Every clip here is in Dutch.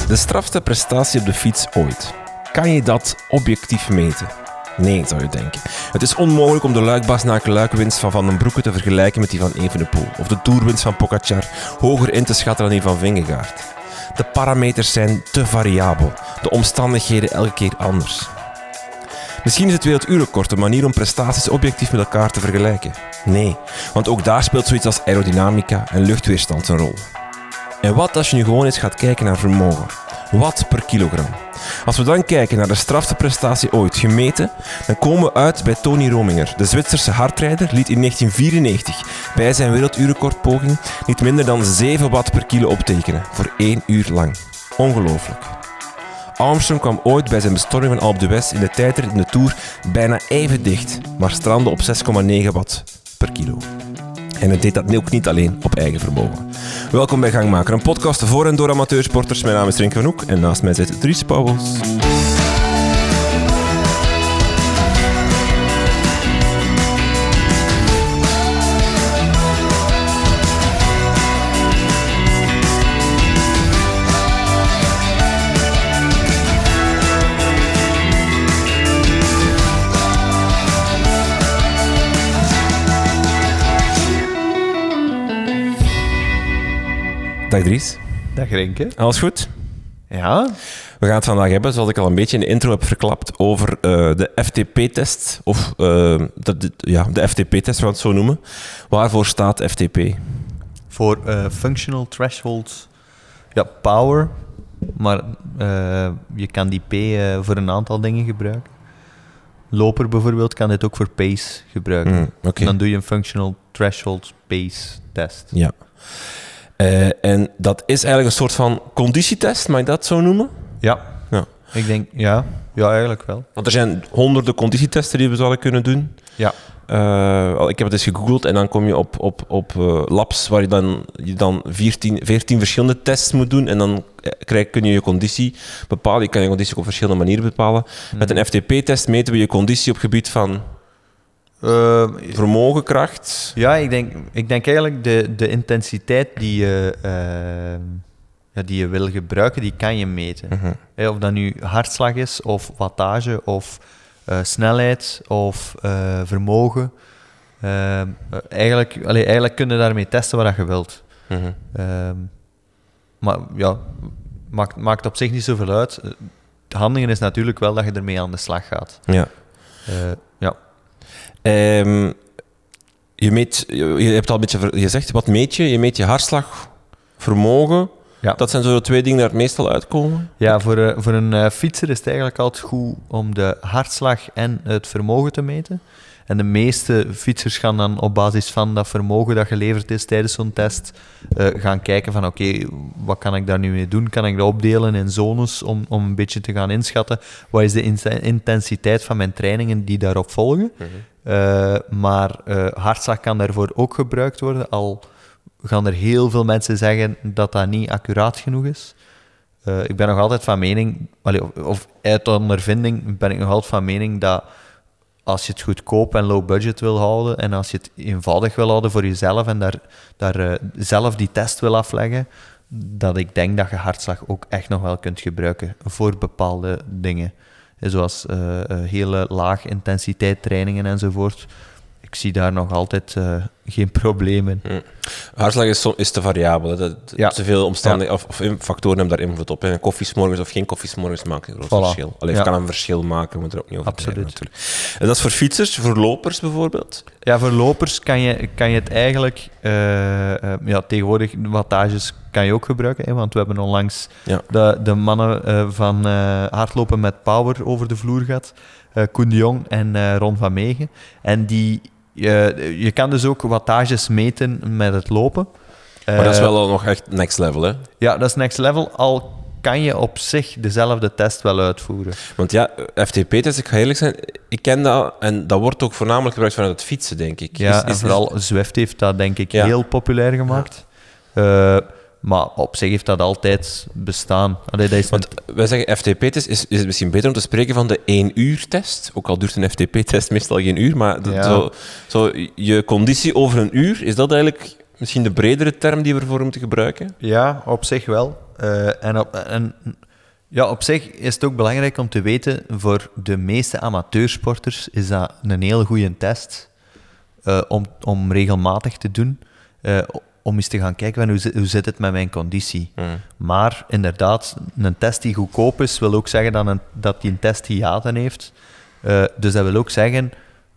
De strafste prestatie op de fiets ooit. Kan je dat objectief meten? Nee, zou je denken. Het is onmogelijk om de Luik-Bastenaken-Luik-winst van Van den Broeke te vergelijken met die van Evenepoel. Of de Tourwinst van Pogacar hoger in te schatten dan die van Vingegaard. De parameters zijn te variabel. De omstandigheden elke keer anders. Misschien is het werelduurrecord een manier om prestaties objectief met elkaar te vergelijken. Nee, want ook daar speelt zoiets als aerodynamica en luchtweerstand een rol. En wat als je nu gewoon eens gaat kijken naar vermogen? Watt per kilogram. Als we dan kijken naar de strafste prestatie ooit gemeten, dan komen we uit bij Tony Rominger. De Zwitserse hardrijder liet in 1994 bij zijn werelduurrecordpoging niet minder dan 7 watt per kilo optekenen, voor 1 uur lang. Ongelooflijk. Armstrong kwam ooit bij zijn bestorming van Alpe d'Huez in de tijdrit in de Tour bijna even dicht, maar strandde op 6,9 watt per kilo. En het deed dat ook niet alleen op eigen vermogen. Welkom bij Gangmaker, een podcast voor en door amateursporters. Mijn naam is Renke van Hoek en naast mij zit Dries Pauwels. Dag Dries. Dag Renke. Alles goed? Ja? We gaan het vandaag hebben, zoals ik al een beetje in de intro heb verklapt, over de FTP-test. Of de FTP-test, we gaan het zo noemen. Waarvoor staat FTP? Voor Functional Threshold Power. Maar je kan die P voor een aantal dingen gebruiken. Loper bijvoorbeeld kan dit ook voor pace gebruiken. Okay. Dan doe je een Functional Threshold Pace test. Ja. En dat is eigenlijk een soort van conditietest, mag je dat zo noemen? Ja. Ik denk, ja, eigenlijk wel. Want er zijn honderden conditietesten die we zouden kunnen doen. Ja. Ik heb het eens gegoogeld en dan kom je op labs waar je dan 14 verschillende tests moet doen en dan kun je je conditie bepalen. Je kan je conditie op verschillende manieren bepalen. Met een FTP-test meten we je conditie op gebied van vermogen, kracht. Ja, ik denk eigenlijk de intensiteit die je wil gebruiken, die kan je meten. Of dat nu hartslag is, of wattage, of snelheid, of vermogen. Eigenlijk kun je daarmee testen wat je wilt. Maar ja, maakt op zich niet zoveel uit. Het handige is natuurlijk wel dat je ermee aan de slag gaat. Ja. Je hebt al een beetje gezegd, wat meet je? Je meet je hartslag, vermogen. Ja. Dat zijn zo de twee dingen die er meestal uitkomen. Ja, voor een fietser is het eigenlijk altijd goed om de hartslag en het vermogen te meten. En de meeste fietsers gaan dan op basis van dat vermogen dat geleverd is tijdens zo'n test gaan kijken van oké, wat kan ik daar nu mee doen? Kan ik dat opdelen in zones om een beetje te gaan inschatten? Wat is de intensiteit van mijn trainingen die daarop volgen? Maar hartslag kan daarvoor ook gebruikt worden, al gaan er heel veel mensen zeggen dat dat niet accuraat genoeg is. Ik ben nog altijd van mening, of uit ondervinding ben ik nog altijd van mening dat als je het goedkoop en low budget wil houden en als je het eenvoudig wil houden voor jezelf en daar zelf die test wil afleggen, dat ik denk dat je hartslag ook echt nog wel kunt gebruiken voor bepaalde dingen. Zoals hele laag intensiteit trainingen enzovoort. Ik zie daar nog altijd geen probleem in. Hartslag is te variabel. Te veel omstandigheden of factoren hebben daar invloed op. En koffie 's of geen koffie 's morgens maakt een groot verschil. Het kan een verschil maken, we moeten er ook niet over Absoluut. natuurlijk. En dat is voor fietsers, voor lopers bijvoorbeeld? Ja, voor lopers kan je het eigenlijk... tegenwoordig wattages kan je ook gebruiken. Hè, want we hebben onlangs de mannen van hardlopen met power over de vloer gehad. Koen de Jong en Ron van Meegen. En je kan dus ook wattages meten met het lopen. Maar dat is wel nog echt next level, hè? Ja, dat is next level, al kan je op zich dezelfde test wel uitvoeren. Want ja, FTP-test, ik ga eerlijk zijn, ik ken dat en dat wordt ook voornamelijk gebruikt vanuit het fietsen, denk ik. Ja, en vooral Zwift heeft dat, denk ik, heel populair gemaakt. Ja. Maar op zich heeft dat altijd bestaan. Want wij zeggen FTP-test, is het misschien beter om te spreken van de 1-uur-test? Ook al duurt een FTP-test meestal geen uur, maar zo je conditie over een uur, is dat eigenlijk misschien de bredere term die we ervoor moeten gebruiken? Ja, op zich wel. Op zich is het ook belangrijk om te weten, voor de meeste amateursporters is dat een heel goede test om regelmatig te doen, om eens te gaan kijken hoe zit het met mijn conditie. Maar inderdaad, een test die goedkoop is, wil ook zeggen dat die een test hiaten heeft. Dus dat wil ook zeggen,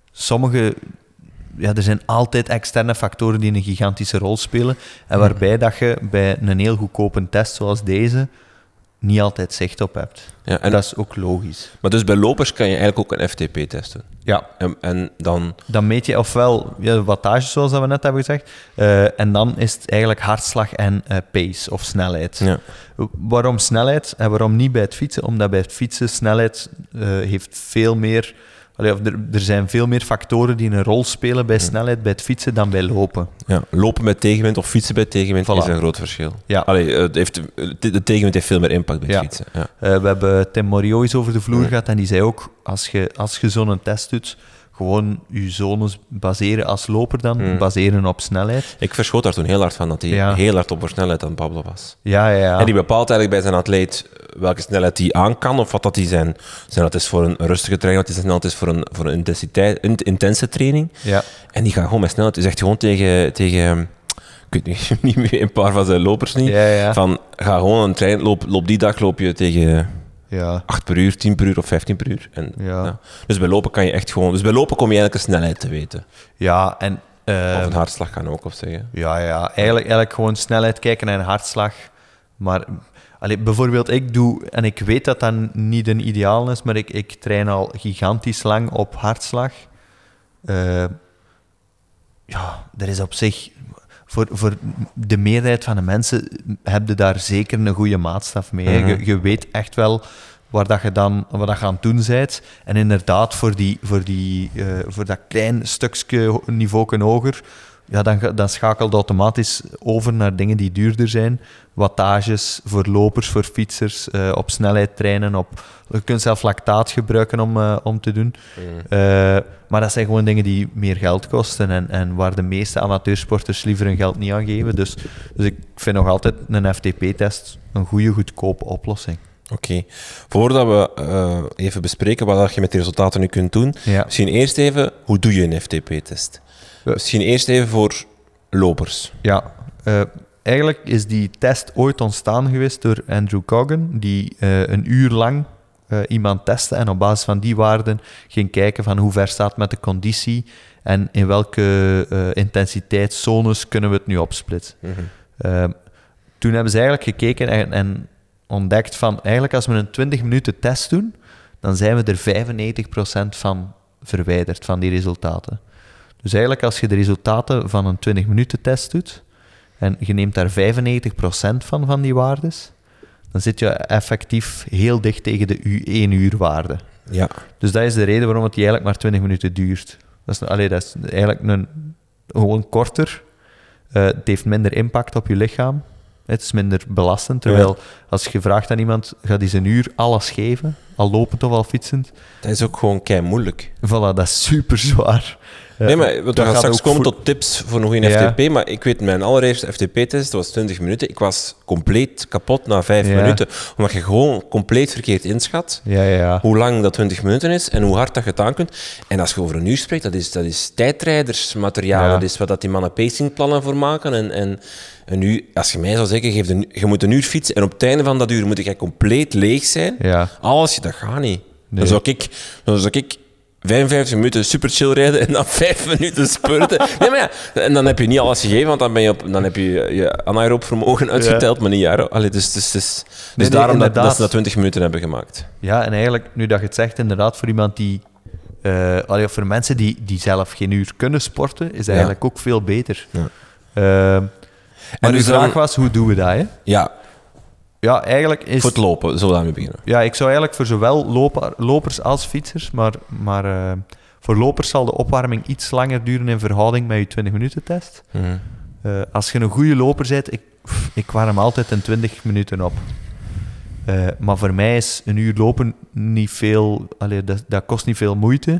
er zijn altijd externe factoren die een gigantische rol spelen, en waarbij dat je bij een heel goedkope test zoals deze niet altijd zicht op hebt. Ja, en dat is ook logisch. Maar dus bij lopers kan je eigenlijk ook een FTP testen? Ja. En dan... Dan meet je ofwel wattage, zoals dat we net hebben gezegd, en dan is het eigenlijk hartslag en pace, of snelheid. Ja. Waarom snelheid en waarom niet bij het fietsen? Omdat bij het fietsen snelheid heeft veel meer... Er zijn veel meer factoren die een rol spelen bij snelheid bij het fietsen dan bij lopen. Ja, lopen bij tegenwind of fietsen bij tegenwind is een groot verschil. Ja. De tegenwind heeft veel meer impact bij het fietsen. Ja. We hebben Tim Morio eens over de vloer gehad en die zei ook, als je zo'n test doet, gewoon je zones baseren als loper dan, baseren op snelheid. Ik verschoot daar toen heel hard van, dat hij heel hard op snelheid aan het babbelen was. Ja. En die bepaalt eigenlijk bij zijn atleet welke snelheid hij aan kan, of wat dat die zijn. Dat is voor een rustige training, wat die snelheid is voor een intense training. Ja. En die gaat gewoon met snelheid. Hij zegt gewoon tegen ik weet niet meer, een paar van zijn lopers niet, van ga gewoon een trein, loop die dag loop je tegen... 8 per uur, 10 per uur of 15 per uur. Dus bij lopen kan je echt gewoon... Dus bij lopen kom je eigenlijk een snelheid te weten. Ja, en... of een hartslag kan ook, of zeggen. Ja. Eigenlijk gewoon snelheid kijken naar een hartslag. Maar bijvoorbeeld ik doe... En ik weet dat dat niet een ideaal is, maar ik train al gigantisch lang op hartslag. Er is op zich... Voor de meerderheid van de mensen heb je daar zeker een goede maatstaf mee. Je weet echt wel wat je aan het doen bent. En inderdaad, voor dat klein stukje niveau hoger, dan schakelt automatisch over naar dingen die duurder zijn. Wattages voor lopers, voor fietsers, op snelheid trainen. Je kunt zelf lactaat gebruiken om te doen. Maar dat zijn gewoon dingen die meer geld kosten en waar de meeste amateursporters liever hun geld niet aan geven. Dus ik vind nog altijd een FTP-test een goede, goedkope oplossing. Oké. Voordat we even bespreken wat je met die resultaten nu kunt doen, misschien eerst even, hoe doe je een FTP-test? Misschien eerst even voor lopers. Ja, eigenlijk is die test ooit ontstaan geweest door Andrew Coggan, die een uur lang iemand testte en op basis van die waarden ging kijken van hoe ver staat met de conditie en in welke intensiteitszones kunnen we het nu opsplitsen. Toen hebben ze eigenlijk gekeken en ontdekt van eigenlijk als we een 20 minuten test doen, dan zijn we er 95% van verwijderd van die resultaten. Dus eigenlijk als je de resultaten van een 20 minuten test doet en je neemt daar 95% van die waardes, dan zit je effectief heel dicht tegen de 1 uur waarde. Ja. Dus dat is de reden waarom het eigenlijk maar 20 minuten duurt. Dat is eigenlijk gewoon korter. Het heeft minder impact op je lichaam. Het is minder belastend. Terwijl als je vraagt aan iemand, gaat hij zijn uur alles geven, al lopend of al fietsend? Dat is ook gewoon kei moeilijk. Voilà, dat is super zwaar. Nee, maar we gaan straks komen tot tips voor nog een FTP, maar ik weet, mijn allereerste FTP-test, dat was 20 minuten. Ik was compleet kapot na 5 minuten, omdat je gewoon compleet verkeerd inschat hoe lang dat 20 minuten is en hoe hard dat je het aan kunt. En als je over een uur spreekt, dat is tijdrijdersmateriaal. Dat is wat dat die mannen pacingplannen voor maken. En een uur, als je mij zou zeggen, je moet een uur fietsen en op het einde van dat uur moet je compleet leeg zijn. Ja. Dat gaat niet. Nee. Dan zou ik 55 minuten super chill rijden en dan 5 minuten spurten. Nee, maar en dan heb je niet alles gegeven, want dan heb je je anaeroop vermogen uitgeteld, maar niet aeroop. Dus daarom dat ze dat 20 minuten hebben gemaakt. Ja, en eigenlijk, nu dat je het zegt, inderdaad, voor iemand die... voor mensen die zelf geen uur kunnen sporten, is eigenlijk ook veel beter. Ja. Maar de vraag was, hoe doen we dat, hè? Ja, eigenlijk is... Voor het lopen, zullen we daarmee beginnen? Ja, ik zou eigenlijk voor zowel lopers als fietsers, maar voor lopers zal de opwarming iets langer duren in verhouding met je 20 minuten test. Als je een goede loper bent, ik warm altijd in 20 minuten op. Maar voor mij is een uur lopen niet veel... dat kost niet veel moeite.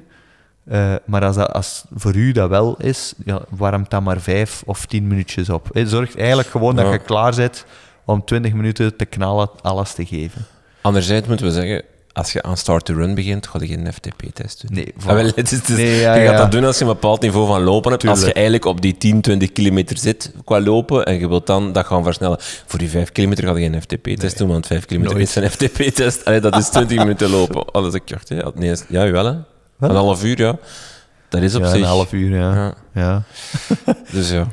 Maar als voor u dat wel is, warmt dat maar 5 of 10 minuutjes op. Het zorgt eigenlijk gewoon dat je klaar bent om 20 minuten te knallen, alles te geven. Anderzijds moeten we zeggen, als je aan start-to-run begint, ga je geen FTP-test doen. Nee, je gaat dat doen als je een bepaald niveau van lopen hebt. Tuurlijk. Als je eigenlijk op die 10, 20 kilometer zit qua lopen en je wilt dan dat gaan versnellen. Voor die 5 kilometer ga je geen FTP-test doen, want 5 kilometer is een FTP-test. Allee, dat is 20 minuten lopen. Oh, dat is echt, hè. Nee, ja, jawel, hè. Wat? Een half uur, ja. Dat is op zich. Een half uur, ja. Dus ja.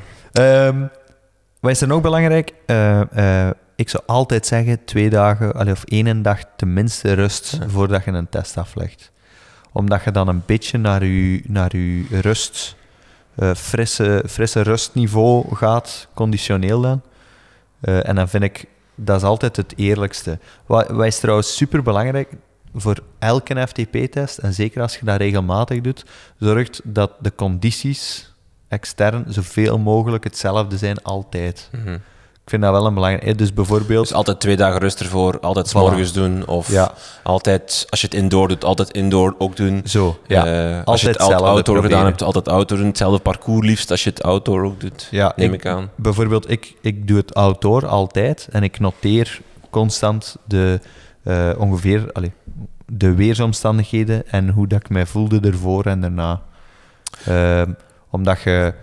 Wat is er nog belangrijk? Ik zou altijd zeggen 2 dagen of 1 dag tenminste rust voordat je een test aflegt. Omdat je dan een beetje naar je rust, frisse rustniveau gaat, conditioneel dan. En dan vind ik, dat is altijd het eerlijkste. Wat is trouwens super belangrijk voor elke FTP-test, en zeker als je dat regelmatig doet, zorgt dat de condities extern zoveel mogelijk hetzelfde zijn altijd. Mm-hmm. Ik vind dat wel een belangrijk. Dus bijvoorbeeld... Dus altijd 2 dagen rust ervoor, altijd 's morgens doen. Of altijd, als je het indoor doet, altijd indoor ook doen. Zo, ja. Als je het outdoor gedaan hebt, altijd outdoor doen. Hetzelfde parcours liefst als je het outdoor ook doet, neem ik aan. Bijvoorbeeld, ik doe het outdoor altijd en ik noteer constant ongeveer de weersomstandigheden en hoe dat ik mij voelde ervoor en daarna. Omdat je...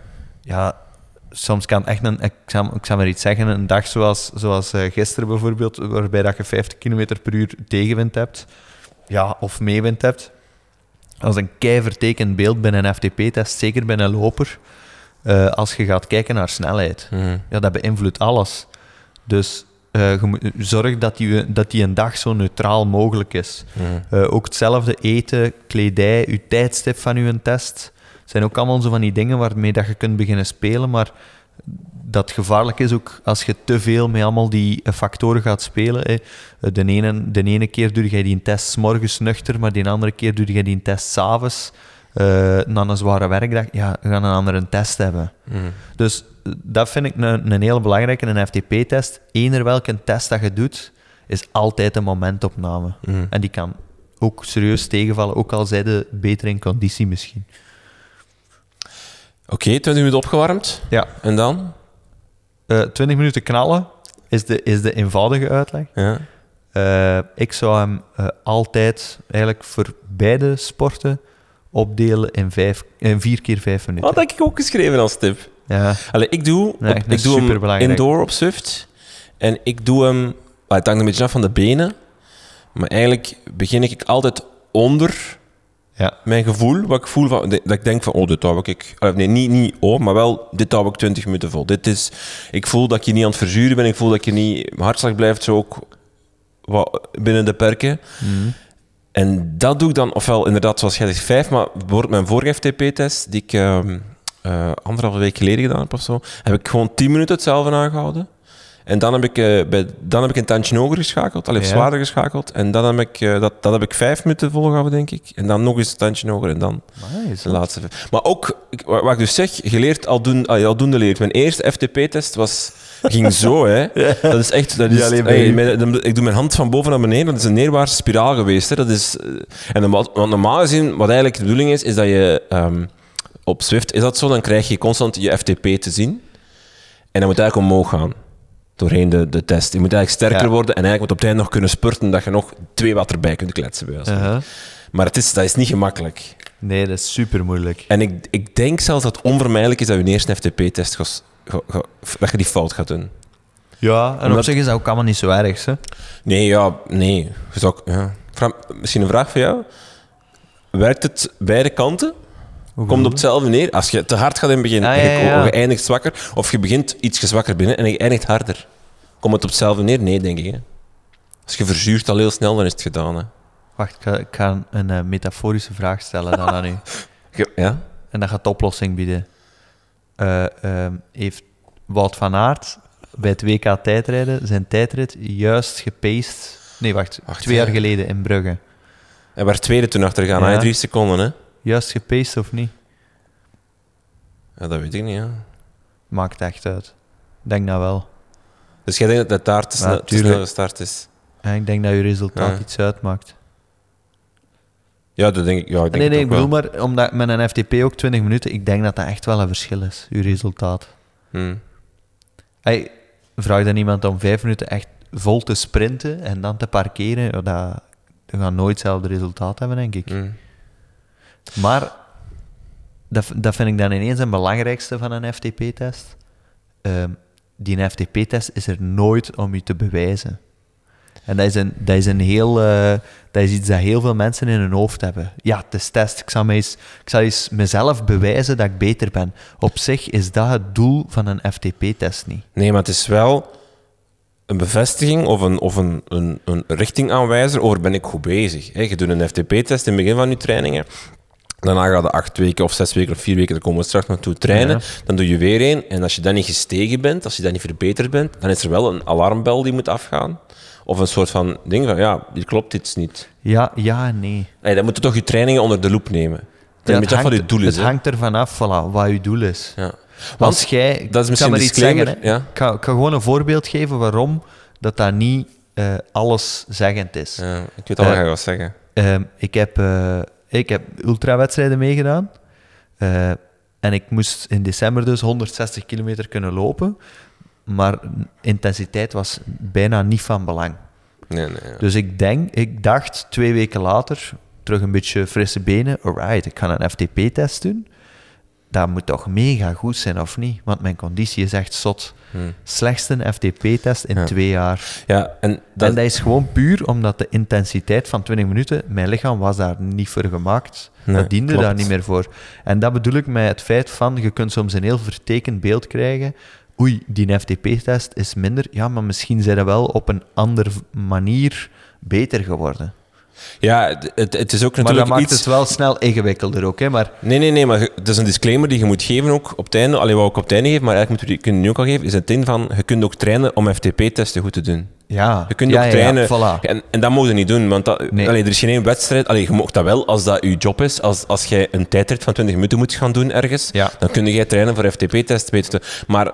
soms kan echt ik zal maar iets zeggen, een dag zoals gisteren bijvoorbeeld, waarbij dat je 50 km per uur tegenwind hebt, of meewind hebt. Als een keivertekend beeld bij een FTP-test, zeker bij een loper, als je gaat kijken naar snelheid. Mm-hmm. Ja, dat beïnvloedt alles. Dus je moet zorg dat die een dag zo neutraal mogelijk is. Mm-hmm. Ook hetzelfde eten, kledij, je tijdstip van je test... zijn ook allemaal zo van die dingen waarmee dat je kunt beginnen spelen, maar dat gevaarlijk is ook als je te veel met allemaal die factoren gaat spelen. De ene keer doe je die test 's morgens nuchter, maar de andere keer doe je die test 's avonds. Na een zware werkdag, we gaan een andere test hebben. Mm. Dus dat vind ik een hele belangrijke, een FTP-test. Eender welke test dat je doet, is altijd een momentopname. Mm. En die kan ook serieus tegenvallen, ook al zij de beter in conditie misschien. Oké, 20 minuten opgewarmd. Ja. En dan? 20 minuten knallen is de eenvoudige uitleg. Ja. Ik zou hem altijd, eigenlijk voor beide sporten, opdelen in 4 keer 5 minuten. Wat heb ik ook geschreven als tip. Ja. Allee, ik doe hem indoor op Zwift. En ik doe hem... Het hangt een beetje af van de benen. Maar eigenlijk begin ik altijd onder... Ja. Mijn gevoel, wat ik voel, dat ik denk van, dit hou ik... maar wel, dit hou ik 20 minuten vol. Ik voel dat je niet aan het verzuren bent, ik voel dat je niet... Mijn hartslag blijft zo ook binnen de perken. Mm. En dat doe ik dan, ofwel inderdaad, zoals jij zegt, 5, maar bijvoorbeeld mijn vorige FTP-test, die ik 1,5 week geleden gedaan heb of zo, heb ik gewoon 10 minuten hetzelfde aangehouden. En dan heb ik een tandje hoger geschakeld, zwaarder geschakeld. En dan heb ik, dat heb ik 5 minuten volgehouden, denk ik. En dan nog eens een tandje hoger en dan de laatste 5. Maar ook, wat ik dus zeg, je leert aldoende leert. Mijn eerste FTP-test ging zo, hè. Dat is echt... ik doe mijn hand van boven naar beneden, dat is een neerwaartse spiraal geweest. Hè. Dat is, en wat normaal gezien, wat eigenlijk de bedoeling is dat je... op Zwift is dat zo, dan krijg je constant je FTP te zien. En dan moet eigenlijk omhoog gaan. Doorheen de test. Je moet eigenlijk sterker worden en eigenlijk moet op het einde nog kunnen spurten dat je nog 2 watt erbij kunt kletsen. Maar dat is niet gemakkelijk. Nee, dat is super moeilijk. En ik denk zelfs dat het onvermijdelijk is dat je eerste FTP-test dat je die fout gaat doen. Ja, en op zich is dat ook allemaal niet zo erg, hè? Nee. Misschien een vraag voor jou. Werkt het beide kanten? Komt op hetzelfde neer. Als je te hard gaat in het begin en je eindigt zwakker, of je begint iets zwakker binnen en je eindigt harder. Komt het op hetzelfde neer? Nee, denk ik. Hè. Als je verzuurt al heel snel, dan is het gedaan. Hè. Wacht, ik ga een metaforische vraag stellen dan aan u. Ja? En dat gaat de oplossing bieden. Heeft Wout van Aert bij het WK tijdrijden zijn tijdrit juist gepaced? Nee, wacht 2 jaar geleden in Brugge. Hij werd tweede toen achter gaan, 3 seconden. Hè. Juist gepaced of niet? Ja, dat weet ik niet, ja. Maakt echt uit. Ik denk dat wel. Dus jij denkt dat daar te snel gestart is? Ja, ik denk dat je resultaat iets uitmaakt. Ja, dat denk ik. Ja, ik bedoel maar, omdat met een FTP ook 20 minuten, ik denk dat dat echt wel een verschil is, je resultaat. vraag dan iemand om 5 minuten echt vol te sprinten en dan te parkeren, dat gaat nooit hetzelfde resultaat hebben, denk ik. Maar dat vind ik dan ineens het belangrijkste van een FTP-test. Die FTP-test is er nooit om je te bewijzen. En dat is iets dat heel veel mensen in hun hoofd hebben. Ja, het is test. Ik zal eens mezelf bewijzen dat ik beter ben. Op zich is dat het doel van een FTP-test niet. Nee, maar het is wel een bevestiging of een richtingaanwijzer over ben ik goed bezig. Je doet een FTP-test in het begin van je trainingen. Daarna ga je 8 weken of 6 weken of 4 weken, daar komen we straks naartoe trainen. Ja. Dan doe je weer één. En als je dan niet gestegen bent, als je dan niet verbeterd bent, dan is er wel een alarmbel die moet afgaan. Of een soort van ding van, ja, hier klopt iets niet. Ja en nee. Dan moet je toch je trainingen onder de loep nemen. Dat een beetje af wat je doel is. Het hangt ervan af, voilà, wat je doel is. Ja. Want als jij... Dat is misschien een disclaimer. Zeggen, ja? Ik ga gewoon een voorbeeld geven waarom dat niet alleszeggend is. Ja, ik weet al wat je gaat zeggen. Ik heb ultrawedstrijden meegedaan. En ik moest in december dus 160 kilometer kunnen lopen. Maar intensiteit was bijna niet van belang. Nee, ja. Dus ik dacht 2 weken later, terug een beetje frisse benen, alright, ik ga een FTP-test doen. Dat moet toch mega goed zijn, of niet? Want mijn conditie is echt zot. Slechtste FTP-test in 2 jaar. Ja, en dat is gewoon puur omdat de intensiteit van 20 minuten, mijn lichaam was daar niet voor gemaakt. Nee, dat diende klopt. daar niet meer voor. En dat bedoel ik met het feit van, je kunt soms een heel vertekend beeld krijgen. Oei, die FTP-test is minder. Ja, maar misschien zijn we wel op een andere manier beter geworden. Ja, het is ook natuurlijk maar dat maakt iets... het wel snel ingewikkelder ook, hè? Maar... Nee, maar het is een disclaimer die je moet geven ook op het einde. Allee, wat ik op het einde geef, maar eigenlijk moeten we die nu ook al geven, is het in van, je kunt ook trainen om FTP-testen goed te doen. Ja. Je kunt ook trainen... Voilà. En dat mag je niet doen, want er is geen wedstrijd... Allee, je mag dat wel als dat je job is. Als jij een tijdrit van 20 minuten moet gaan doen ergens, dan kun jij trainen voor FTP-testen beter te... Maar...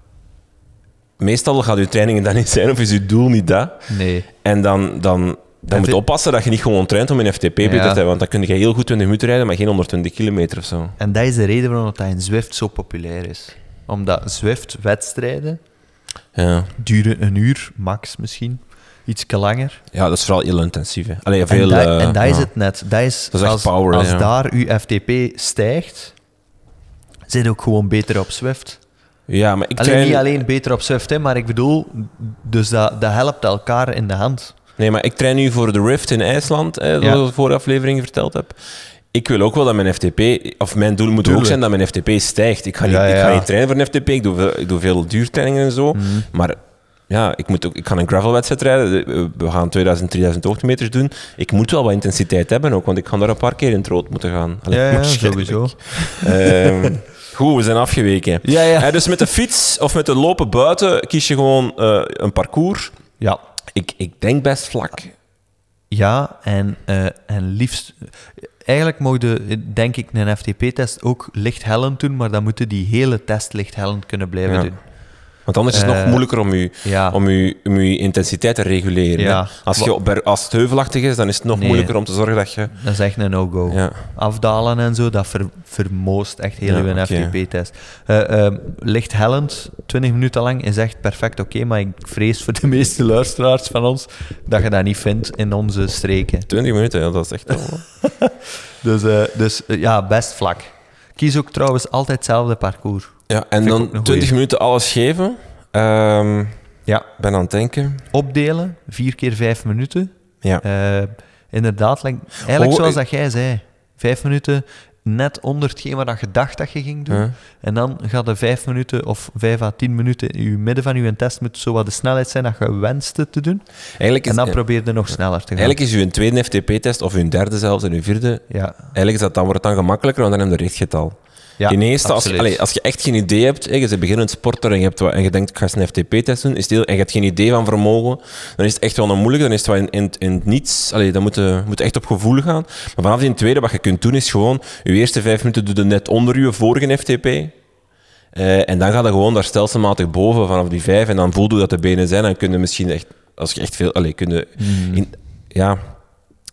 Meestal gaat je trainingen dan niet zijn, of is je doel niet dat. Nee. En dan moet je oppassen dat je niet gewoon traint om een FTP beter te hebben, want dan kun je heel goed 20 minuten rijden, maar geen 120 kilometer of zo. En dat is de reden waarom dat in Zwift zo populair is. Omdat Zwift-wedstrijden duren 1 uur, max misschien. Iets langer. Ja, dat is vooral heel intensief. Allee, en dat is het net. Dat is echt power. Als daar je FTP stijgt, zit je ook gewoon beter op Zwift. Ja, maar ik train... Niet alleen beter op Zwift, hè, maar ik bedoel, dus dat helpt elkaar in de hand. Nee, maar ik train nu voor de Rift in IJsland, zoals ik de vorige aflevering verteld heb. Ik wil ook wel dat mijn FTP, of mijn doel moet ook zijn dat mijn FTP stijgt. Ik ga niet trainen voor een FTP, ik doe veel duurtrainingen en zo, maar ja, ik ga een gravelwedstrijd rijden, we gaan 2000-3000 hoogtemeters doen. Ik moet wel wat intensiteit hebben ook, want ik ga daar een paar keer in het rood moeten gaan. Allee, sowieso. Goed, we zijn afgeweken. Ja. Dus met de fiets of met de lopen buiten kies je gewoon een parcours. Ja. Ik denk best vlak. Ja, en liefst... Eigenlijk mocht je, denk ik, een FTP-test ook lichthellend doen, maar dan moeten die hele test lichthellend kunnen blijven doen. Want anders is het nog moeilijker om je intensiteit te reguleren. Ja. Als het heuvelachtig is, dan is het nog moeilijker om te zorgen dat je... Dat is echt een no-go. Ja. Afdalen en zo, dat vermoost echt heel je FTP-test. Lichthellend, 20 minuten lang, is echt perfect oké, maar ik vrees voor de meeste luisteraars van ons dat je dat niet vindt in onze streken. 20 minuten, ja, dat is echt wel... dus best vlak. Kies ook trouwens altijd hetzelfde parcours. Ja, en dan 20 minuten alles geven. Ben aan het denken. Opdelen, 4 keer 5 minuten. Ja. Inderdaad, eigenlijk zoals dat jij zei. 5 minuten net onder hetgeen wat je dacht dat je ging doen. En dan gaat de 5 minuten of 5 à 10 minuten in je midden van je test moet zo wat de snelheid zijn dat je wenste te doen. En dan probeer je nog sneller te gaan. Eigenlijk is je tweede FTP-test, of je derde zelfs, en je vierde, eigenlijk wordt het dan gemakkelijker, want dan heb je richt je het al. Ja, in eerste, als je echt geen idee hebt, je bent beginnend sporter en je denkt, ik ga eens een FTP-test doen, en je hebt geen idee van vermogen, dan is het echt wel een moeilijke, dan is het wel in het niets, dan moet echt op gevoel gaan. Maar vanaf die tweede, wat je kunt doen, is gewoon, je eerste 5 minuten doe je net onder je vorige FTP, en dan ga je gewoon daar stelselmatig boven, vanaf die 5, en dan voel je dat de benen zijn, dan kun je misschien echt, als je echt veel,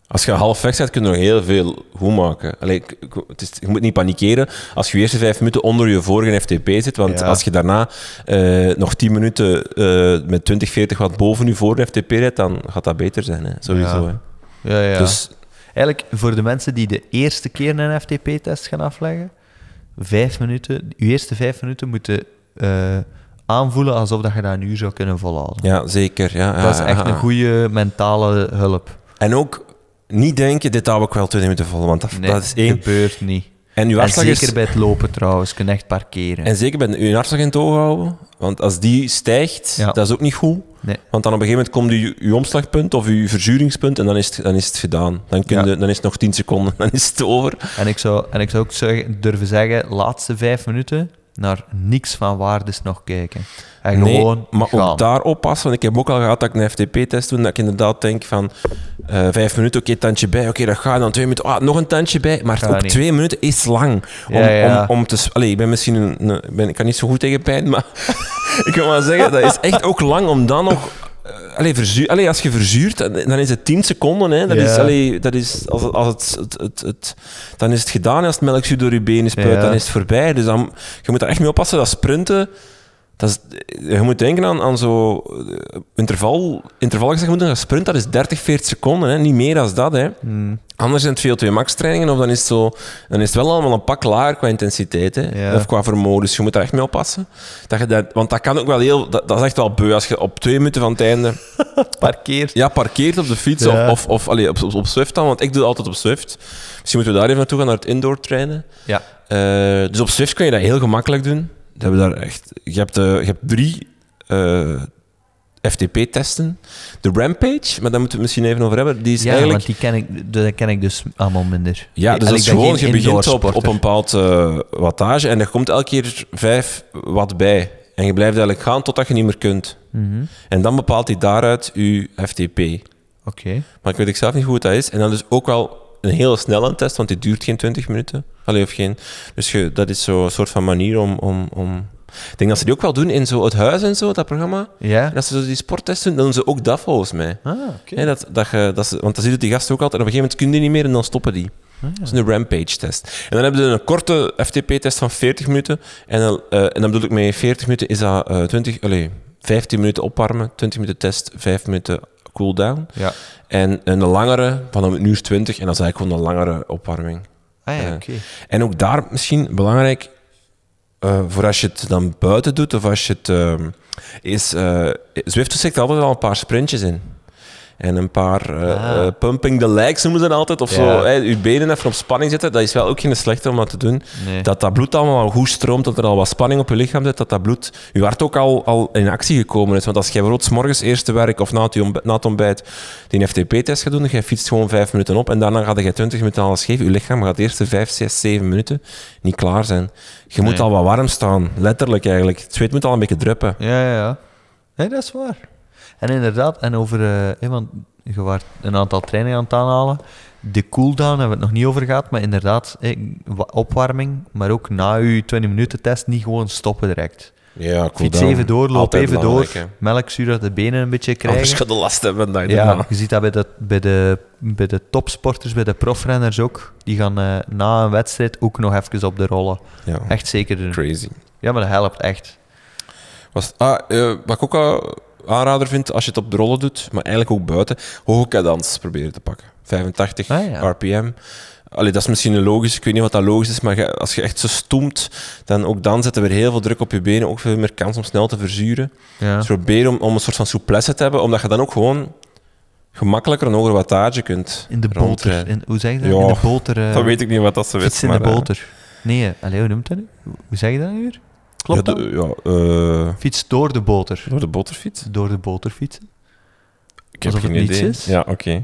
Als je half weg bent, kun je nog heel veel goed maken. Allee, je moet niet panikeren als je de eerste 5 minuten onder je vorige FTP zit, want als je daarna nog 10 minuten met 20, 40 watt boven je vorige FTP rijdt, dan gaat dat beter zijn, hè? Sowieso. Hè? Ja. Dus, eigenlijk, voor de mensen die de eerste keer een FTP-test gaan afleggen, 5 minuten, je eerste 5 minuten moeten aanvoelen alsof dat je dat een uur zou kunnen volhouden. ja, zeker. Ja, Dat is echt een goede mentale hulp. En ook niet denken, dit hou ik wel 20 minuten vol, want dat is één. Gebeurt niet. En uw hartslag zeker bij het lopen trouwens, kun je echt parkeren. En zeker bij uw hartslag in het oog houden, want als die stijgt, dat is ook niet goed. Nee. Want dan op een gegeven moment komt je omslagpunt of je verzuringspunt en dan is het gedaan. Dan is het nog 10 seconden, dan is het over. En ik zou ook durven zeggen, laatste 5 minuten, naar niks van waardes nog kijken. En gewoon maar gaan. ook daar oppassen, want ik heb ook al gehad dat ik een FTP-test doe, dat ik inderdaad denk van 5 minuten, oké, tandje bij, oké, dat gaat, dan 2 minuten, nog een tandje bij, maar ook 2 minuten is lang. Om te... Allee, ik ben misschien ik kan niet zo goed tegen pijn, maar ik kan maar zeggen, dat is echt ook lang om dan nog... als je verzuurt, dan is het 10 seconden. Hè. Dat is dan is het gedaan. Als het melkzuur door je benen spuit, dan is het voorbij. Dus je moet daar echt mee oppassen. Dat sprinten, je moet denken aan zo interval gezegd, je moet gaan sprinten, dat is 30, 40 seconden. Hè. Niet meer dan dat. Hè. Anders zijn het VO2 max trainingen, of dan is het wel allemaal een pak lager qua intensiteit, hè, of qua vermogen. Dus je moet daar echt mee oppassen. Want dat kan ook wel dat is echt wel beu als je op 2 minuten van het einde parkeert. Ja, parkeert op de fiets of op Zwift dan, want ik doe het altijd op Zwift. Misschien moeten we daar even naartoe gaan, naar het indoor trainen. Ja. Dus op Zwift kun je dat heel gemakkelijk doen. Je hebt 3 FTP-testen. De Rampage, maar daar moeten we het misschien even over hebben. Die is eigenlijk... want die ken ik dus allemaal minder. Ja, dus dat is gewoon, je begint op een bepaald wattage en er komt elke keer 5 watt bij. En je blijft eigenlijk gaan totdat je niet meer kunt. Mm-hmm. En dan bepaalt hij daaruit je FTP. Oké. Maar ik weet zelf niet hoe het dat is. En dan is ook wel een hele snelle test, want die duurt geen 20 minuten. Dus dat is zo'n soort van manier om... Ik denk dat ze die ook wel doen in zo het huis en zo, dat programma. Ja. En als ze zo die sporttests doen, dan doen ze ook dat volgens mij. Oké. Want dan zitten die gasten ook altijd, en op een gegeven moment kunnen die niet meer en dan stoppen die. Dat is een Rampage-test. En dan hebben ze een korte FTP-test van 40 minuten. En dan bedoel ik met 40 minuten is dat 15 minuten opwarmen, 20 minuten test, 5 minuten cooldown. Ja. En een langere van een uur 20, en dat is eigenlijk gewoon een langere opwarming. Oké. En ook daar misschien belangrijk, voor als je het dan buiten doet, of als je het... Zwift steekt altijd al een paar sprintjes in. En een paar pumping the legs noemen ze dat altijd. Of zo, je benen even op spanning zetten. Dat is wel ook geen slechte om dat te doen. Nee. Dat bloed allemaal al goed stroomt, dat er al wat spanning op je lichaam zit, dat bloed... Je hart ook al in actie gekomen is. Want als jij bijvoorbeeld 's morgens eerste werk of na het ontbijt die een FTP-test gaat doen, dan ga je fietst gewoon 5 minuten op en daarna ga je 20 minuten alles geven. Je lichaam gaat de eerste 5, 6, 7 minuten niet klaar zijn. Je moet al wat warm staan. Letterlijk eigenlijk. Het zweet moet al een beetje druppen. Ja. Nee, dat is waar. En inderdaad, want je was een aantal trainingen aan het aanhalen. De cooldown hebben we het nog niet over gehad, maar inderdaad, opwarming, maar ook na je 20 minuten test niet gewoon stoppen direct. Ja, cooldown. Fiets even door, loop even door, hè. melkzuur uit de benen een beetje krijgen. Anders ga je last hebben. Je ziet dat bij de topsporters, bij de profrenners ook. Die gaan na een wedstrijd ook nog even op de rollen. Ja. Echt zeker doen. Crazy. Ja, maar dat helpt echt. Wat ik ook al aanrader vind, als je het op de rollen doet, maar eigenlijk ook buiten, hoge cadans proberen te pakken. 85 RPM. Dat is misschien een logisch, ik weet niet wat dat logisch is, maar als je echt zo stoemt, dan zet er weer heel veel druk op je benen, ook veel meer kans om snel te verzuren. Ja. Dus probeer om een soort van souplesse te hebben, omdat je dan ook gewoon gemakkelijker een hoger wattage kunt in de bolter. Hoe zeg je dat? Ja, in de bolter. Dat weet ik niet wat dat ze fiets in de bolter. Nee, hoe noemt dat nu? Hoe zeg je dat nu weer? Klopt dat? Fiets door de boter. Door de boterfiets? Door de boterfietsen. Ik heb geen idee. Ja, oké.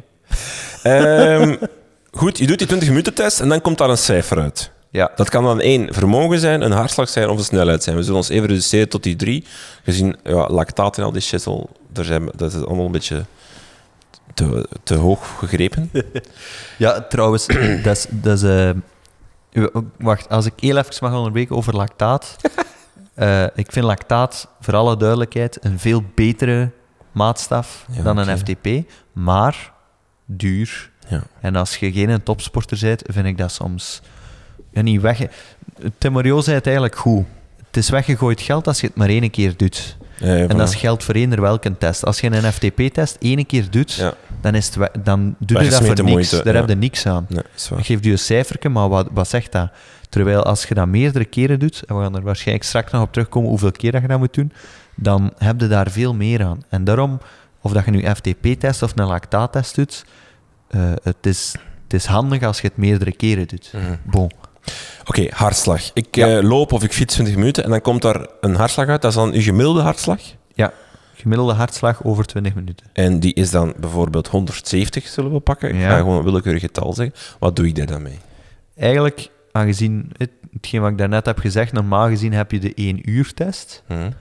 Goed, je doet die 20 minuten test en dan komt daar een cijfer uit. Ja. Dat kan dan 1 vermogen zijn, een hartslag zijn of een snelheid zijn. We zullen ons even reduceren tot die 3. Gezien lactaat en al die shit, dat is allemaal een beetje te hoog gegrepen. Ja, trouwens, dat is wacht, als ik heel even mag onderbreken over lactaat. Ik vind lactaat, voor alle duidelijkheid, een veel betere maatstaf dan een FTP, maar duur. Ja. En als je geen topsporter bent, vind ik dat soms niet weg. Tim Morio zei het eigenlijk goed. Het is weggegooid geld als je het maar 1 keer doet. En dat geldt voor eender welke test. Als je een FTP-test 1 keer doet, dan, is het dan doe je dat voor niks. Daar heb je niks aan. Nee, ik geef je een cijfertje, maar wat zegt dat? Terwijl als je dat meerdere keren doet, en we gaan er waarschijnlijk straks nog op terugkomen hoeveel keer dat je dat moet doen, dan heb je daar veel meer aan. En daarom, of dat je nu FTP-test of een lactaattest doet, het is handig als je het meerdere keren doet. Bon. Oké, hartslag. Ik loop of ik fiets 20 minuten en dan komt daar een hartslag uit. Dat is dan je gemiddelde hartslag? Ja, gemiddelde hartslag over 20 minuten. En die is dan bijvoorbeeld 170, zullen we pakken. Ik ga gewoon een willekeurig getal zeggen. Wat doe ik daar dan mee? Eigenlijk, aangezien hetgeen wat ik daarnet heb gezegd, normaal gezien heb je de 1-uur-test.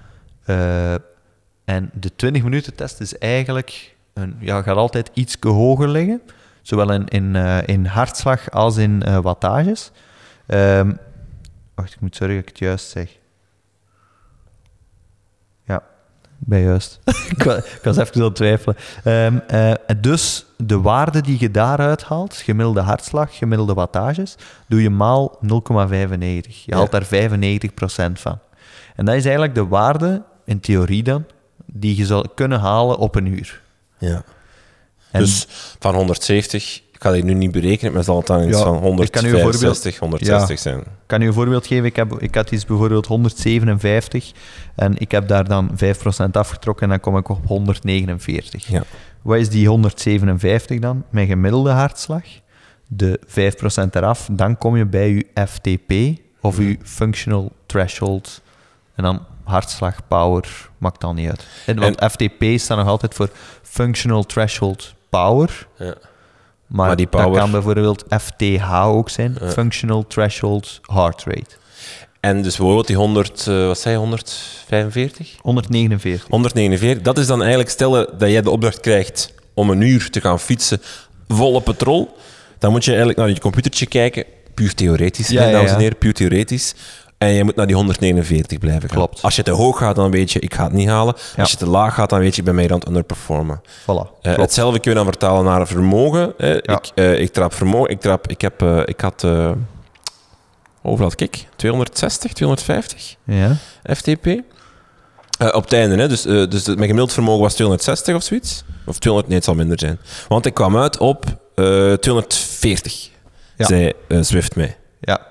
En de 20-minuten-test is eigenlijk... gaat altijd iets hoger liggen. Zowel in hartslag als in wattages. Wacht, ik moet zorgen dat ik het juist zeg. Ja, ik ben juist. ik was even aan het twijfelen. Dus de waarde die je daaruit haalt, gemiddelde hartslag, gemiddelde wattages, doe je maal 0,95. Je haalt daar 95% van. En dat is eigenlijk de waarde, in theorie dan, die je zou kunnen halen op een uur. Ja. Dus van 170... Ik ga die nu niet berekenen, maar zal het dan iets van 165, 160 zijn. Ik kan u een voorbeeld geven. Ik had iets bijvoorbeeld 157 en ik heb daar dan 5% afgetrokken en dan kom ik op 149. Ja. Wat is die 157 dan? Mijn gemiddelde hartslag, de 5% eraf, dan kom je bij je FTP of je Functional Threshold en dan hartslag, power, maakt dan niet uit. Want FTP staat nog altijd voor Functional Threshold Power. Ja. Maar die power... dat kan bijvoorbeeld FTH ook zijn, Functional Threshold Heart Rate. En dus bijvoorbeeld die 145? 149. 149, dat is dan eigenlijk, stellen dat jij de opdracht krijgt om een uur te gaan fietsen, volle petrol, dan moet je eigenlijk naar je computertje kijken, puur theoretisch, dames en heren, puur theoretisch. En je moet naar die 149 blijven gaan. Klopt. Als je te hoog gaat, dan weet je, ik ga het niet halen. Ja. Als je te laag gaat, dan weet je, ik ben mij aan het underperformen. Voilà. Hetzelfde kun je dan vertalen naar vermogen. Ik trap vermogen. Ik had... hoeveel had ik? 260, 250 FTP. Op het einde. Dus mijn gemiddeld vermogen was 260 of zoiets. Of 200, nee, het zal minder zijn. Want ik kwam uit op 240, zei Zwift mij. Ja.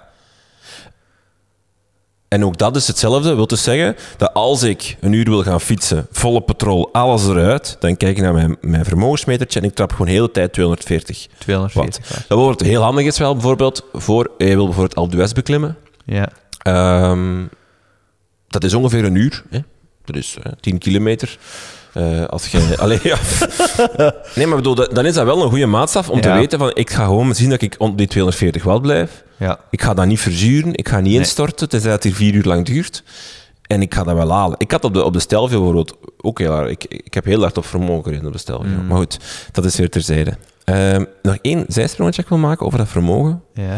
En ook dat is hetzelfde. Wil dus zeggen dat als ik een uur wil gaan fietsen, volle petrol, alles eruit, dan kijk ik naar mijn vermogensmetertje en ik trap gewoon de hele tijd 240. 240. Dat bijvoorbeeld heel handig is wel bijvoorbeeld voor... Je wil bijvoorbeeld Alpe d'Huez beklimmen. Ja. Dat is ongeveer een uur. Hè? Dat is 10 kilometer. Als je... Nee, maar bedoel, dan is dat wel een goede maatstaf om te weten van ik ga gewoon zien dat ik onder die 240 watt blijf. Ja. Ik ga dat niet verzuren, ik ga niet instorten, tenzij het hier 4 uur lang duurt. En ik ga dat wel halen. Ik had op de Stelvio bijvoorbeeld ook heel hard... Ik heb heel hard op vermogen gereden op de Stelvio. Maar goed, dat is weer terzijde. Nog 1 zijsprongetje ik wil maken over dat vermogen. Ja.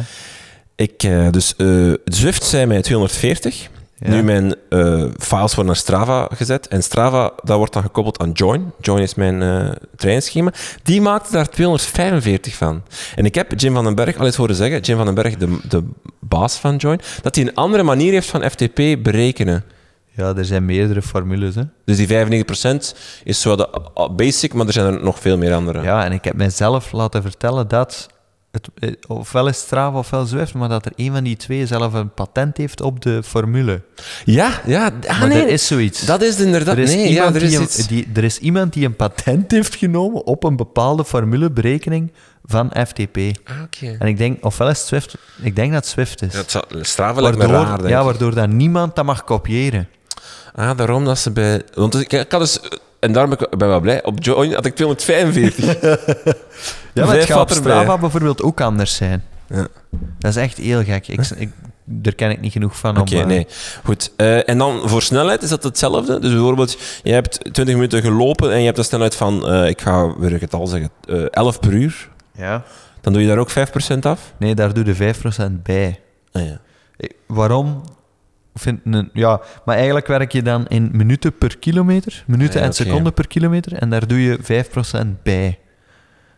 Zwift zei mij 240... Ja. Nu mijn files worden naar Strava gezet. En Strava, dat wordt dan gekoppeld aan Join. Join is mijn trainingsschema. Die maakte daar 245 van. En ik heb Jim van den Berg al eens horen zeggen, Jim van den Berg, de baas van Join, dat hij een andere manier heeft van FTP berekenen. Ja, er zijn meerdere formules. Hè? Dus die 95% is zo de basic, maar er zijn er nog veel meer andere. Ja, en ik heb mijzelf laten vertellen dat... ofwel is Strava ofwel Zwift, maar dat er een van die twee zelf een patent heeft op de formule. Ja. Maar er is zoiets. Dat is inderdaad... Er is iemand die een patent heeft genomen op een bepaalde formuleberekening van FTP. Okay. En ik denk, ofwel is het Zwift... Ik denk dat het Zwift is. Strava lijkt me raar, denk ik. Ja, waardoor dat niemand dat mag kopiëren. Daarom dat ze bij... Want ik had dus... En daarom ben ik wel blij. Op Join had ik 245. Ja, maar het gaat op Strava bijvoorbeeld ook anders zijn. Ja. Dat is echt heel gek. Daar ken ik niet genoeg van. Oké, nee. Goed. En dan voor snelheid is dat hetzelfde. Dus bijvoorbeeld, je hebt 20 minuten gelopen en je hebt een snelheid van, ik ga weer een getal zeggen, 11 per uur. Ja. Dan doe je daar ook 5% af? Nee, daar doe je 5% bij. Ja. Waarom? Maar eigenlijk werk je dan in minuten per kilometer, minuten en seconden per kilometer, en daar doe je 5% bij.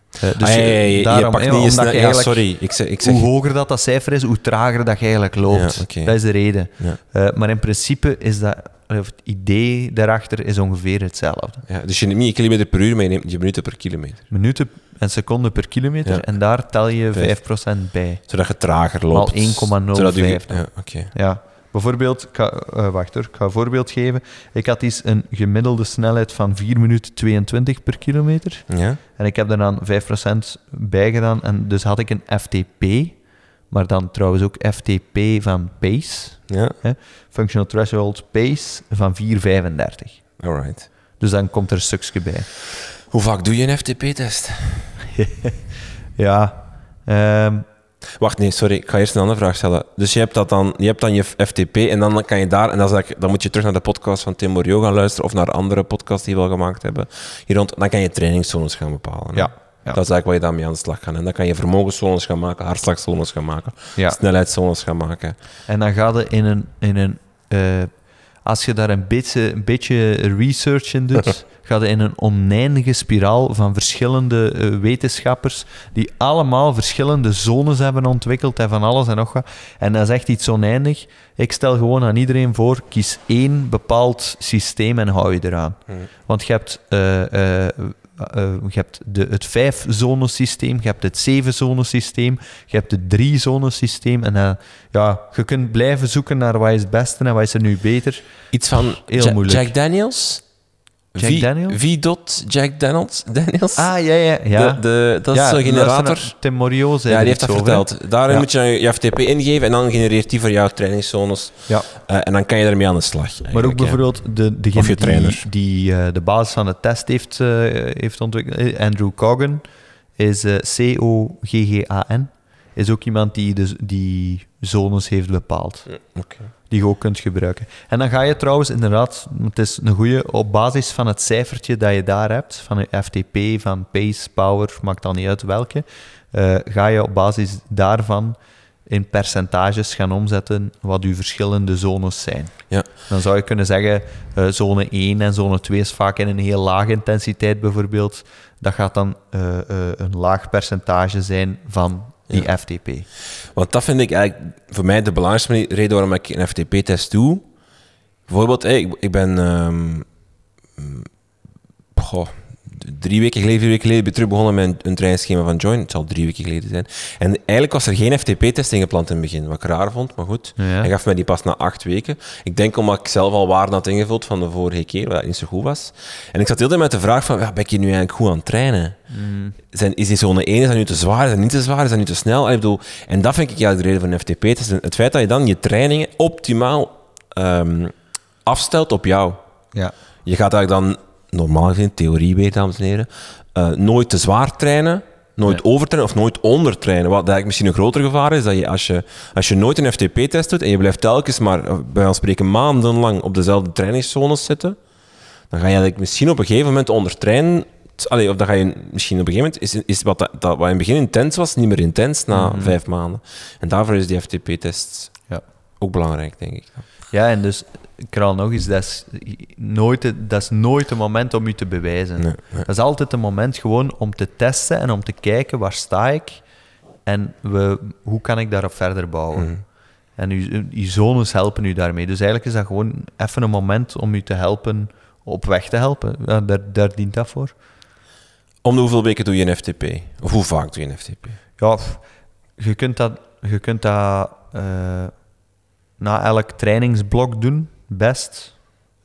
Dus je daarom, pakt niet omdat snel... je Ja, eigenlijk- sorry. Ik zeg... Hoe hoger dat cijfer is, hoe trager dat je eigenlijk loopt. Ja, oké. Dat is de reden. Ja. Maar in principe is dat... Of het idee daarachter is ongeveer hetzelfde. Ja, dus je neemt niet je kilometer per uur, maar je neemt je minuten per kilometer. Minuten en seconden per kilometer. Ja. En daar tel je 5% bij. Zodat je trager loopt. Maal 1,05 Zodat je- dan. Ja, oké. Ja. Bijvoorbeeld, ik ga een voorbeeld geven. Ik had eens een gemiddelde snelheid van 4 minuten 22 per kilometer. Ja? En ik heb daar dan 5% bij gedaan. En dus had ik een FTP, maar dan trouwens ook FTP van pace. Ja? Functional Threshold Pace van 4,35. Alright. Dus dan komt er een stukje bij. Hoe vaak doe je een FTP-test? Ja. Wacht, nee, sorry. Ik ga eerst een andere vraag stellen. Dus je hebt dan je FTP en dan kan je daar... En dan moet je terug naar de podcast van Tim Morio gaan luisteren of naar andere podcasts die we al gemaakt hebben. Hier rond, dan kan je trainingszones gaan bepalen. hè? Ja. Dat is eigenlijk waar je dan mee aan de slag gaat. En dan kan je vermogenszones gaan maken, hartslagzones gaan maken, Ja. snelheidszones gaan maken. En dan ga je in een als je daar een beetje research in doet, ga je in een oneindige spiraal van verschillende wetenschappers die allemaal verschillende zones hebben ontwikkeld en van alles en nog wat. En dat is echt iets oneindig. Ik stel gewoon aan iedereen voor, kies 1 bepaald systeem en hou je eraan. Want je hebt het 5-zonesysteem, je hebt het 7-zonesysteem, je hebt het 3-zonesysteem. En je kunt blijven zoeken naar wat is het beste en wat is er nu beter. Iets van Heel moeilijk. Jack Daniels? Daniels? Jack Daniels? Ah, ja. Dat is zo'n generator. luister, Tim Morio zei Ja, die er heeft dat iets over, hè. verteld. Daarin Ja. moet je je FTP ingeven en dan genereert die voor jou trainingszones. Ja. En dan kan je ermee aan de slag. Maar ook eigenlijk, hè. bijvoorbeeld Of degene je trainer. die de basis van de test heeft ontwikkeld, Andrew Coggan, is Coggan, is ook iemand die zones heeft bepaald. Oké. Die je ook kunt gebruiken. En dan ga je trouwens inderdaad, het is een goede, op basis van het cijfertje dat je daar hebt, van je FTP, van pace, power, maakt dan niet uit welke, ga je op basis daarvan in percentages gaan omzetten wat je verschillende zones zijn. Ja. Dan zou je kunnen zeggen, zone 1 en zone 2 is vaak in een heel lage intensiteit bijvoorbeeld. Dat gaat dan een laag percentage zijn van die FTP. Want dat vind ik eigenlijk voor mij de belangrijkste reden waarom ik een FTP-test doe. Bijvoorbeeld, ik ben 3 weken geleden, 4 weken geleden ben ik terug begonnen met een trainingsschema van Join. Het zal 3 weken geleden zijn. En eigenlijk was er geen FTP-test ingepland in het begin, wat ik raar vond, maar goed. Ja. Hij gaf mij die pas na 8 weken. Ik denk omdat ik zelf al waarden had ingevuld van de vorige keer, wat niet zo goed was. En ik zat heel de tijd met de vraag van, ben ik hier nu eigenlijk goed aan het trainen? Is die zone 1, is dat nu te zwaar, is dat niet te zwaar, is dat nu te snel? Ik bedoel, en dat vind ik de reden van een FTP-test. Het feit dat je dan je trainingen optimaal afstelt op jou. Ja. Je gaat eigenlijk dan, normaal gezien, theorie weer, dames en heren, nooit te zwaar trainen, nooit overtrainen of nooit ondertrainen. Wat eigenlijk misschien een groter gevaar is, dat je als je nooit een FTP-test doet en je blijft telkens maar, bij wijze van spreken, maandenlang op dezelfde trainingszones zitten, dan ga je eigenlijk misschien op een gegeven moment ondertrainen. Of dan ga je misschien op een gegeven moment, is wat in het begin intens was, niet meer intens na 5 maanden. En daarvoor is die FTP-test ook belangrijk, denk ik. Ja, en dus, ik herhaal nog eens, dat is nooit een moment om je te bewijzen. Nee. Dat is altijd een moment gewoon om te testen en om te kijken waar sta ik en hoe kan ik daarop verder bouwen. En je zones helpen u daarmee. Dus eigenlijk is dat gewoon even een moment om u te helpen, op weg te helpen. Ja, daar dient dat voor. Om de hoeveel weken doe je een FTP? Of hoe vaak doe je een FTP? Ja, je kunt dat na elk trainingsblok doen, best.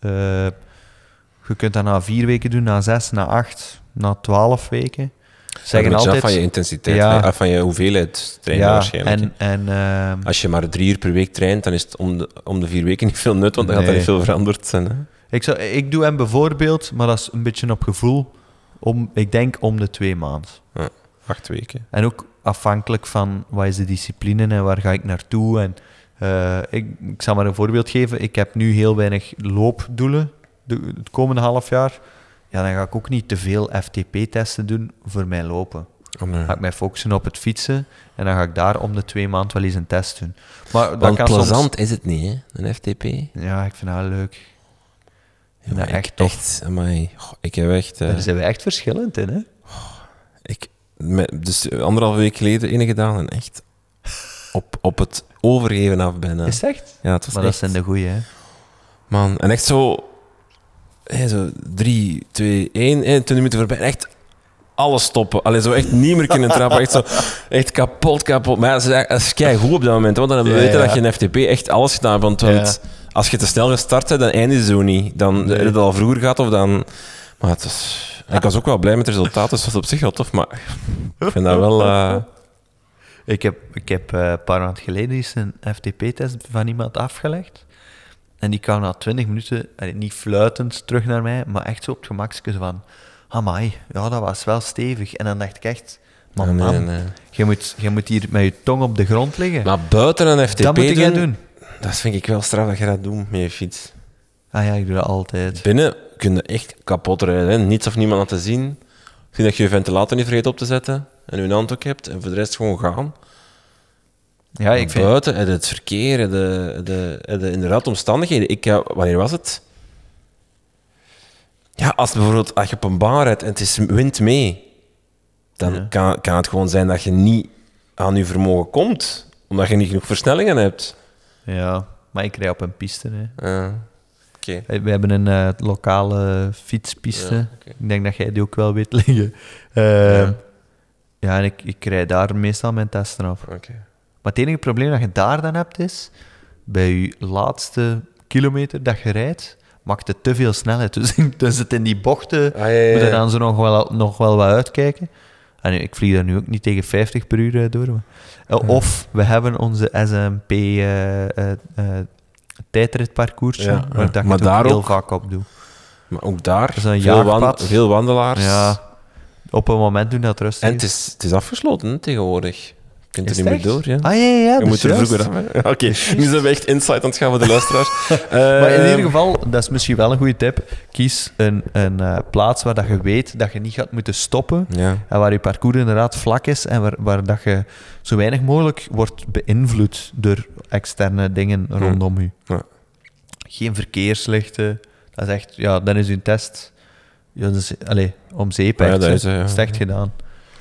Je kunt dat na 4 weken doen, na 6, na 8, na 12 weken. Zeggen altijd altijd van je intensiteit, Ja. van je hoeveelheid trainen waarschijnlijk. En Als je maar 3 uur per week traint, dan is het om de 4 weken niet veel nut, want dan gaat er niet veel veranderd zijn. Hè? ik doe hem bijvoorbeeld, maar dat is een beetje op gevoel, ik denk om de 2 maanden. Ja, 8 weken. En ook afhankelijk van wat is de discipline en waar ga ik naartoe. En, ik zal maar een voorbeeld geven. Ik heb nu heel weinig loopdoelen het komende half jaar. Ja, dan ga ik ook niet te veel FTP-testen doen voor mijn lopen. Oh, nee. Ga ik mij focussen op het fietsen en dan ga ik daar om de 2 maanden wel eens een test doen. Maar dat Want kan plezant is het niet, hè? Een FTP. Ja, ik vind dat leuk. Ik vind Ja, dat echt tof. amai. Ik heb echt... Daar zijn we echt verschillend in, hè? Dus 1,5 week geleden ene gedaan en echt op het overgeven af bijna. Is het echt? Ja, het was Maar echt... dat zijn de goeie, hè? Man, en echt zo... zo 3, 2, 1, 20 minuten voorbij. En echt alles stoppen. Allee, zo echt niet meer kunnen trappen. Echt zo... Echt kapot. Maar ja, dat is keigoed op dat moment. Want dan hebben we weten dat je in FTP echt alles gedaan hebt. Want als je te snel gestart bent, dan eindig je zo niet. Dan heb je het al vroeger gehad of dan... Maar het was... Ik was ook wel blij met het resultaat, dus dat was op zich wel tof. Maar ik vind dat wel... Ik heb een paar maanden geleden eens een FTP-test van iemand afgelegd. En die kwam na 20 minuten, niet fluitend, terug naar mij, maar echt zo op het gemakske van... Amai, ja, dat was wel stevig. En dan dacht ik echt... Man, nee. Je moet hier met je tong op de grond liggen. Maar buiten een FTP dat moet jij doen. Dat vind ik wel straf dat je dat doet met je fiets. Ah ja, ik doe dat altijd. Binnen kun je echt kapot rijden. Hè? Niets of niemand laten zien. Misschien dat je je ventilator niet vergeet op te zetten en je hand ook hebt. En voor de rest gewoon gaan. Ja, ik vind... Buiten, het verkeer, de inderdaad omstandigheden. Wanneer was het? Ja, als je op een baan rijdt en het is wind mee, dan kan het gewoon zijn dat je niet aan je vermogen komt. Omdat je niet genoeg versnellingen hebt. Ja, maar ik rij op een piste. Hè. Okay. We hebben een lokale fietspiste. Ja, okay. Ik denk dat jij die ook wel weet liggen. Ja, en ik rijd daar meestal mijn testen af. Okay. Maar het enige probleem dat je daar dan hebt is, bij je laatste kilometer dat je rijdt, maakt het te veel snelheid. Dus het in die bochten moet je dan zo nog wel wat uitkijken. En ik vlieg daar nu ook niet tegen 50 per uur door. Of we hebben onze SMP tijdritparcoursje, waar dat ik het ook heel vaak op doe. Maar ook daar, veel wandelaars. Ja, op een moment doen dat rustig. En het is afgesloten tegenwoordig. Je kunt er niet meer door. Ja. Ah ja, je moet er vroeger af. Oké, nu zijn we echt insight aan het gaan voor de luisteraars. Maar in ieder geval, dat is misschien wel een goede tip. Kies een plaats waar dat je weet dat je niet gaat moeten stoppen. Ja. En waar je parcours inderdaad vlak is en waar dat je zo weinig mogelijk wordt beïnvloed door externe dingen rondom je. Ja. Geen verkeerslichten. Dat is echt, ja, dan is je test dus, om zeep. Ja, echt, dat is echt gedaan.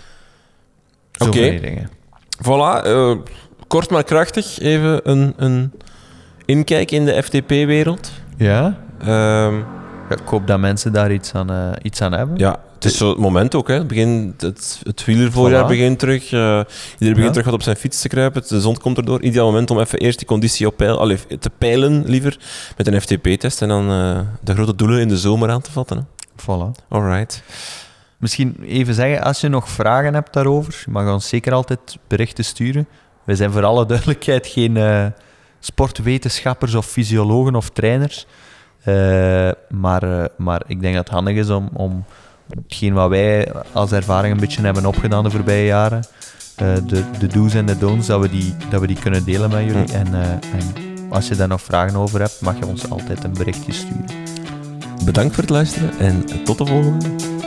Oké. Voilà, kort maar krachtig even een inkijk in de FTP-wereld. Ja? Ik hoop dat mensen daar iets aan hebben. Ja, het is zo het moment ook. Hè. Het wielervoorjaar begint terug. Iedereen begint terug wat op zijn fiets te kruipen. De zon komt erdoor. Ideaal moment om even eerst die conditie op te peilen, liever, met een FTP-test. En dan de grote doelen in de zomer aan te vatten. Hè. Voilà. Alright. Misschien even zeggen, als je nog vragen hebt daarover, je mag ons zeker altijd berichten sturen. We zijn voor alle duidelijkheid geen sportwetenschappers of fysiologen of trainers. Maar ik denk dat het handig is om hetgeen wat wij als ervaring een beetje hebben opgedaan de voorbije jaren, de do's en de don'ts, dat we die kunnen delen met jullie. En als je daar nog vragen over hebt, mag je ons altijd een berichtje sturen. Bedankt voor het luisteren en tot de volgende.